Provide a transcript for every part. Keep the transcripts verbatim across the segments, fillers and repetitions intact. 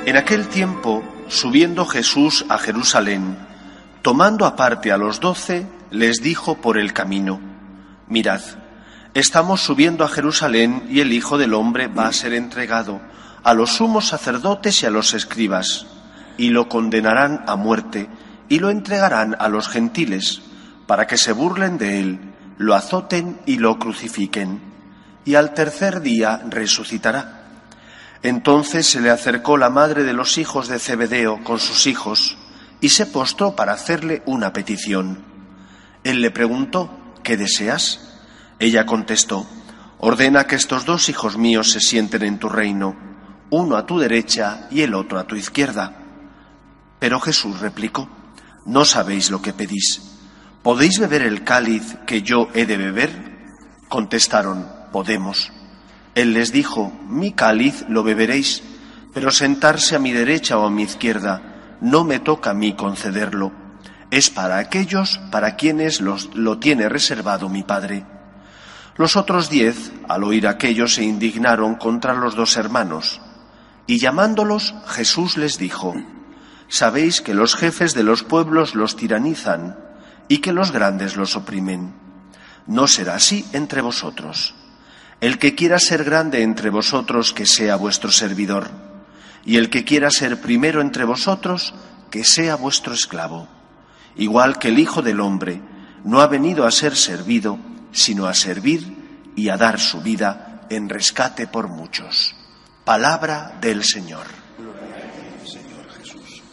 En aquel tiempo, subiendo Jesús a Jerusalén, tomando aparte a los doce, les dijo por el camino: Mirad, estamos subiendo a Jerusalén y el Hijo del Hombre va a ser entregado a los sumos sacerdotes y a los escribas, y lo condenarán a muerte y lo entregarán a los gentiles, para que se burlen de él, lo azoten y lo crucifiquen, y al tercer día resucitará. Entonces se le acercó la madre de los hijos de Zebedeo con sus hijos, y se postró para hacerle una petición. Él le preguntó: ¿qué deseas? Ella contestó: ordena que estos dos hijos míos se sienten en tu reino, uno a tu derecha y el otro a tu izquierda. Pero Jesús replicó: no sabéis lo que pedís. ¿Podéis beber el cáliz que yo he de beber? Contestaron: podemos. Él les dijo: mi cáliz lo beberéis, pero sentarse a mi derecha o a mi izquierda no me toca a mí concederlo. Es para aquellos para quienes los, lo tiene reservado mi Padre. Los otros diez, al oír aquello, se indignaron contra los dos hermanos. Y llamándolos, Jesús les dijo: sabéis que los jefes de los pueblos los tiranizan y que los grandes los oprimen. No será así entre vosotros. El que quiera ser grande entre vosotros, que sea vuestro servidor, y el que quiera ser primero entre vosotros, que sea vuestro esclavo. Igual que el Hijo del Hombre no ha venido a ser servido, sino a servir y a dar su vida en rescate por muchos. Palabra del Señor. Señor Jesús.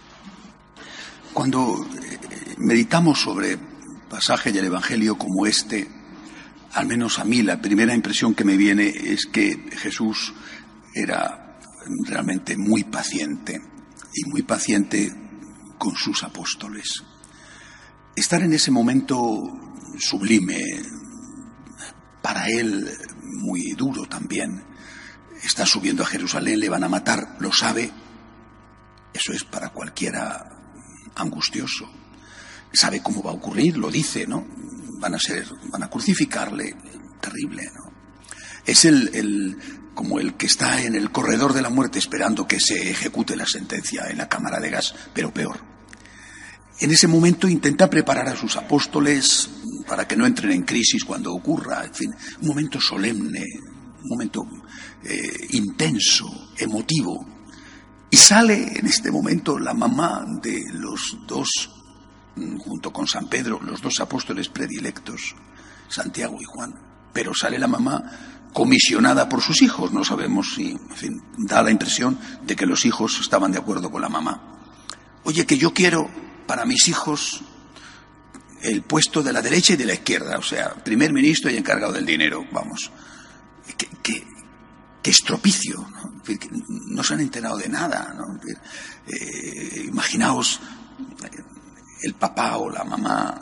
Cuando meditamos sobre pasajes del Evangelio como este, al menos a mí la primera impresión que me viene es que Jesús era realmente muy paciente, y muy paciente con sus apóstoles. Estar en ese momento sublime, para él muy duro también. Está subiendo a Jerusalén, le van a matar, lo sabe. Eso es para cualquiera angustioso. Sabe cómo va a ocurrir, lo dice, ¿no? Van a ser, van a crucificarle, terrible, ¿no? Es el, el, como el que está en el corredor de la muerte esperando que se ejecute la sentencia en la cámara de gas, pero peor. En ese momento intenta preparar a sus apóstoles para que no entren en crisis cuando ocurra, en fin, un momento solemne, un momento eh, intenso, emotivo. Y sale en este momento la mamá de los dos, junto con San Pedro, los dos apóstoles predilectos, Santiago y Juan. Pero sale la mamá comisionada por sus hijos. No sabemos si, en fin, da la impresión de que los hijos estaban de acuerdo con la mamá. Oye, que yo quiero para mis hijos el puesto de la derecha y de la izquierda, o sea, primer ministro y encargado del dinero, vamos. ¿Qué, qué, qué estropicio, ¿no? Que no se han enterado de nada, ¿no? Eh, imaginaos el papá o la mamá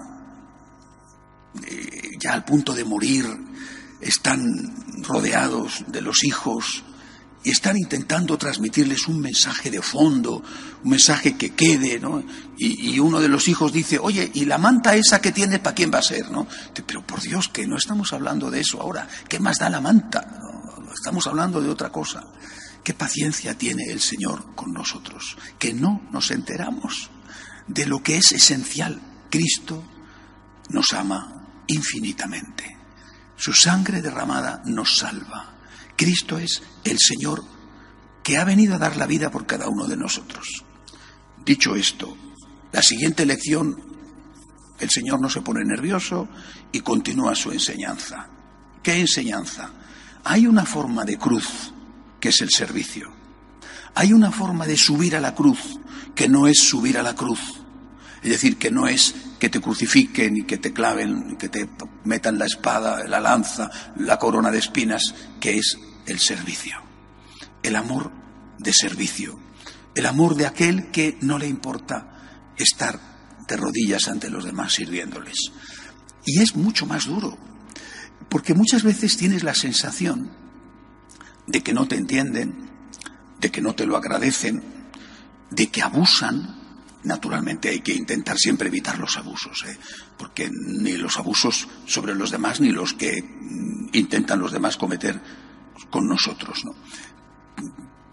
eh, ya al punto de morir, están rodeados de los hijos y están intentando transmitirles un mensaje de fondo, un mensaje que quede, ¿no? Y, y uno de los hijos dice: oye, ¿y la manta esa que tienes para quién va a ser, no? Pero por Dios, que no estamos hablando de eso ahora. ¿Qué más da la manta? No, estamos hablando de otra cosa. ¿Qué paciencia tiene el Señor con nosotros? Que no nos enteramos de lo que es esencial. Cristo nos ama infinitamente. Su sangre derramada nos salva. Cristo es el Señor que ha venido a dar la vida por cada uno de nosotros. Dicho esto, la siguiente lección, el Señor no se pone nervioso y continúa su enseñanza. ¿Qué enseñanza? Hay una forma de cruz que es el servicio. Hay una forma de subir a la cruz que no es subir a la cruz. Es decir, que no es que te crucifiquen y que te claven, que te metan la espada, la lanza, la corona de espinas, que es el servicio. El amor de servicio. El amor de aquel que no le importa estar de rodillas ante los demás sirviéndoles. Y es mucho más duro, porque muchas veces tienes la sensación de que no te entienden, de que no te lo agradecen, de que abusan. Naturalmente hay que intentar siempre evitar los abusos, ¿eh? Porque ni los abusos sobre los demás ni los que intentan los demás cometer con nosotros, ¿no?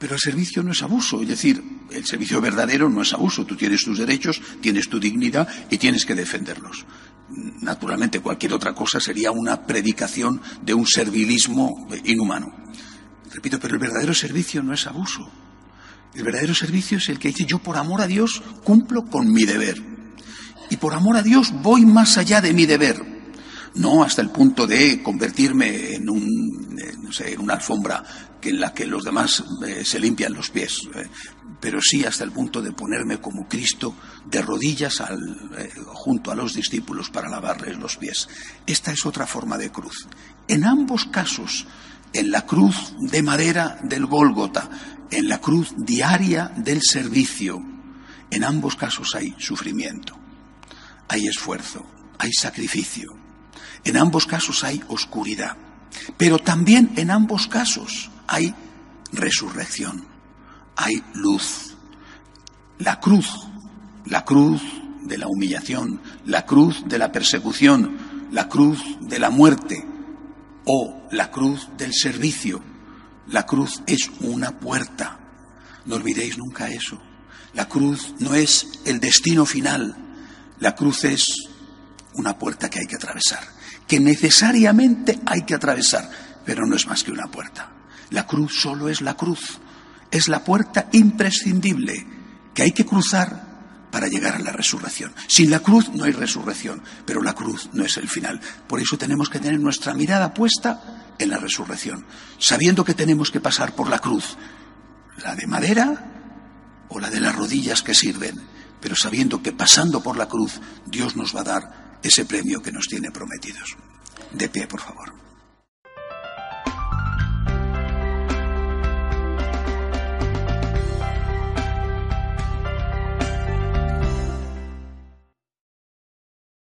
Pero el servicio no es abuso, es decir, el servicio verdadero no es abuso. Tú tienes tus derechos, tienes tu dignidad y tienes que defenderlos. Naturalmente, cualquier otra cosa sería una predicación de un servilismo inhumano. Repito, pero el verdadero servicio no es abuso. El verdadero servicio es el que dice: yo por amor a Dios cumplo con mi deber. Y por amor a Dios voy más allá de mi deber. No hasta el punto de convertirme en un, eh, no sé, en una alfombra que en la que los demás eh, se limpian los pies, eh, pero sí hasta el punto de ponerme como Cristo de rodillas al, eh, junto a los discípulos para lavarles los pies. Esta es otra forma de cruz. En ambos casos, en la cruz de madera del Gólgota, en la cruz diaria del servicio, en ambos casos hay sufrimiento, hay esfuerzo, hay sacrificio. En ambos casos hay oscuridad, pero también en ambos casos hay resurrección, hay luz. La cruz, la cruz de la humillación, la cruz de la persecución, la cruz de la muerte o la cruz del servicio. La cruz es una puerta. No olvidéis nunca eso. La cruz no es el destino final. La cruz es una puerta que hay que atravesar, que necesariamente hay que atravesar, pero no es más que una puerta. La cruz solo es la cruz, es la puerta imprescindible que hay que cruzar para llegar a la resurrección. Sin la cruz no hay resurrección, pero la cruz no es el final. Por eso tenemos que tener nuestra mirada puesta en la resurrección, sabiendo que tenemos que pasar por la cruz, la de madera o la de las rodillas que sirven, pero sabiendo que pasando por la cruz Dios nos va a dar ese premio que nos tiene prometidos. De pie, por favor.